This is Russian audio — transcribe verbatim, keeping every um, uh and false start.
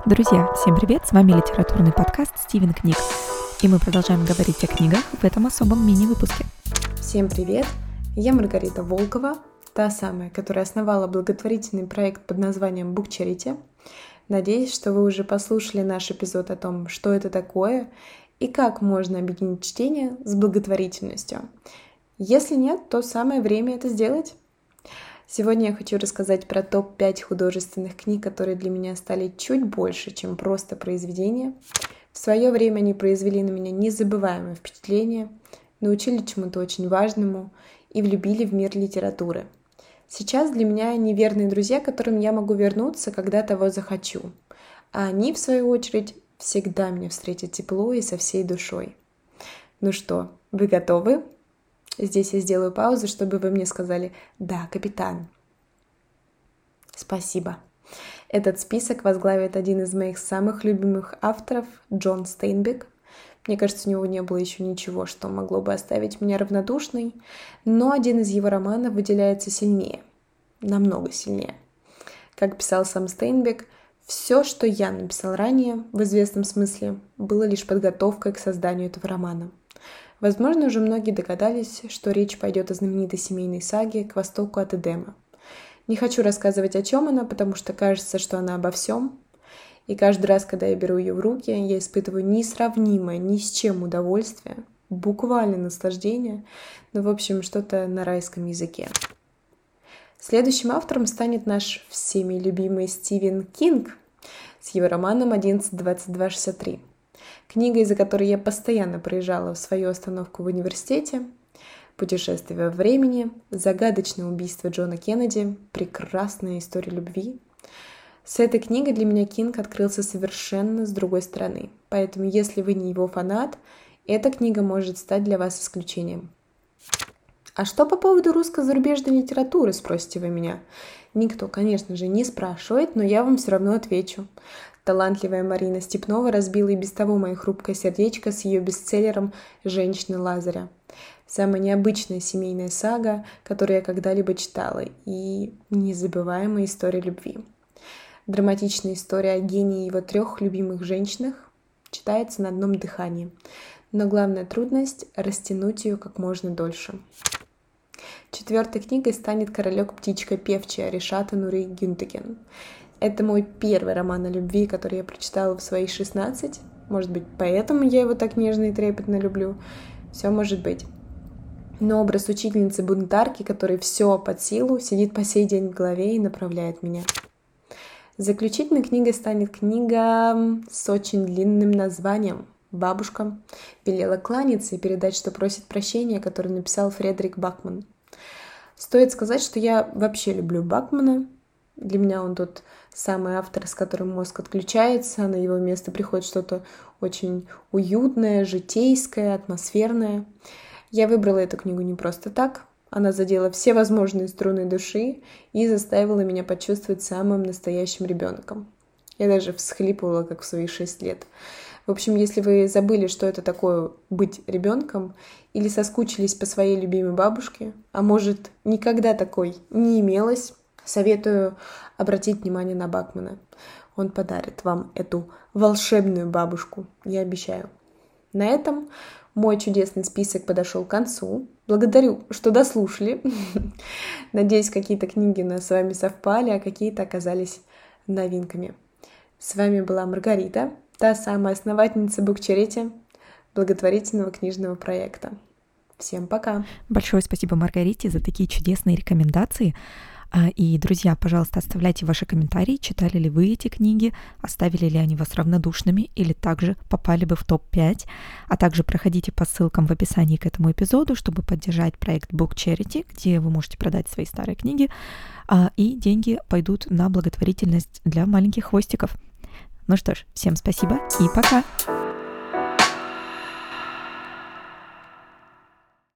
Друзья, всем привет! С вами литературный подкаст «Стивен Книг». И мы продолжаем говорить о книгах в этом особом мини-выпуске. Всем привет! Я Маргарита Волкова, та самая, которая основала благотворительный проект под названием Book Charity. Надеюсь, что вы уже послушали наш эпизод о том, что это такое и как можно объединить чтение с благотворительностью. Если нет, то самое время это сделать. Сегодня я хочу рассказать про топ пять художественных книг, которые для меня стали чуть больше, чем просто произведения. В свое время они произвели на меня незабываемое впечатление, научили чему-то очень важному и влюбили в мир литературы. Сейчас для меня они верные друзья, к которым я могу вернуться, когда того захочу. А они, в свою очередь, всегда меня встретят тепло и со всей душой. Ну что, вы готовы? Здесь я сделаю паузу, чтобы вы мне сказали «Да, капитан». Спасибо. Этот список возглавит один из моих самых любимых авторов, Джон Стейнбек. Мне кажется, у него не было еще ничего, что могло бы оставить меня равнодушной, но один из его романов выделяется сильнее, намного сильнее. Как писал сам Стейнбек, все, что я написал ранее, в известном смысле, было лишь подготовкой к созданию этого романа. Возможно, уже многие догадались, что речь пойдет о знаменитой семейной саге «К востоку от Эдема». Не хочу рассказывать, о чем она, потому что кажется, что она обо всем. И каждый раз, когда я беру ее в руки, я испытываю несравнимое ни с чем удовольствие, буквально наслаждение, ну, в общем, что-то на райском языке. Следующим автором станет наш всеми любимый Стивен Кинг с его романом одиннадцать двадцать два шестьдесят три. Книга, из-за которой я постоянно проезжала в свою остановку в университете, «Путешествие во времени», «Загадочное убийство Джона Кеннеди», «Прекрасная история любви». С этой книгой для меня Кинг открылся совершенно с другой стороны, поэтому если вы не его фанат, эта книга может стать для вас исключением. А что по поводу русско-зарубежной литературы, спросите вы меня? Никто, конечно же, не спрашивает, но я вам все равно отвечу. Талантливая Марина Степнова разбила и без того мое хрупкое сердечко с ее бестселлером «Женщина Лазаря». Самая необычная семейная сага, которую я когда-либо читала, и незабываемая история любви. Драматичная история о гении и его трех любимых женщинах читается на одном дыхании, но главная трудность – растянуть ее как можно дольше. Четвертой книгой станет «Королек-птичка певчая» Решата Нури Гюнтеген. Это мой первый роман о любви, который я прочитала в свои шестнадцать. Может быть, поэтому я его так нежно и трепетно люблю. Все может быть. Но образ учительницы-бунтарки, которой все под силу, сидит по сей день в голове и направляет меня. Заключительной книгой станет книга с очень длинным названием «Бабушка велела кланяться и передать, что просит прощения», которую написал Фредерик Бакман. Стоит сказать, что я вообще люблю Бакмана. Для меня он тот самый автор, с которым мозг отключается, на его место приходит что-то очень уютное, житейское, атмосферное. Я выбрала эту книгу не просто так. Она задела все возможные струны души и заставила меня почувствовать самым настоящим ребенком. Я даже всхлипывала, как в свои шесть лет. В общем, если вы забыли, что это такое быть ребенком, или соскучились по своей любимой бабушке, а может, никогда такой не имелось, советую обратить внимание на Бакмана. Он подарит вам эту волшебную бабушку, я обещаю. На этом мой чудесный список подошел к концу. Благодарю, что дослушали. Надеюсь, какие-то книги у нас с вами совпали, а какие-то оказались новинками. С вами была Маргарита, та самая основательница Book Charity, благотворительного книжного проекта. Всем пока! Большое спасибо Маргарите за такие чудесные рекомендации. И, друзья, пожалуйста, оставляйте ваши комментарии, читали ли вы эти книги, оставили ли они вас равнодушными или также попали бы в топ пять, а также проходите по ссылкам в описании к этому эпизоду, чтобы поддержать проект Book Charity, где вы можете продать свои старые книги, и деньги пойдут на благотворительность для маленьких хвостиков. Ну что ж, всем спасибо и пока!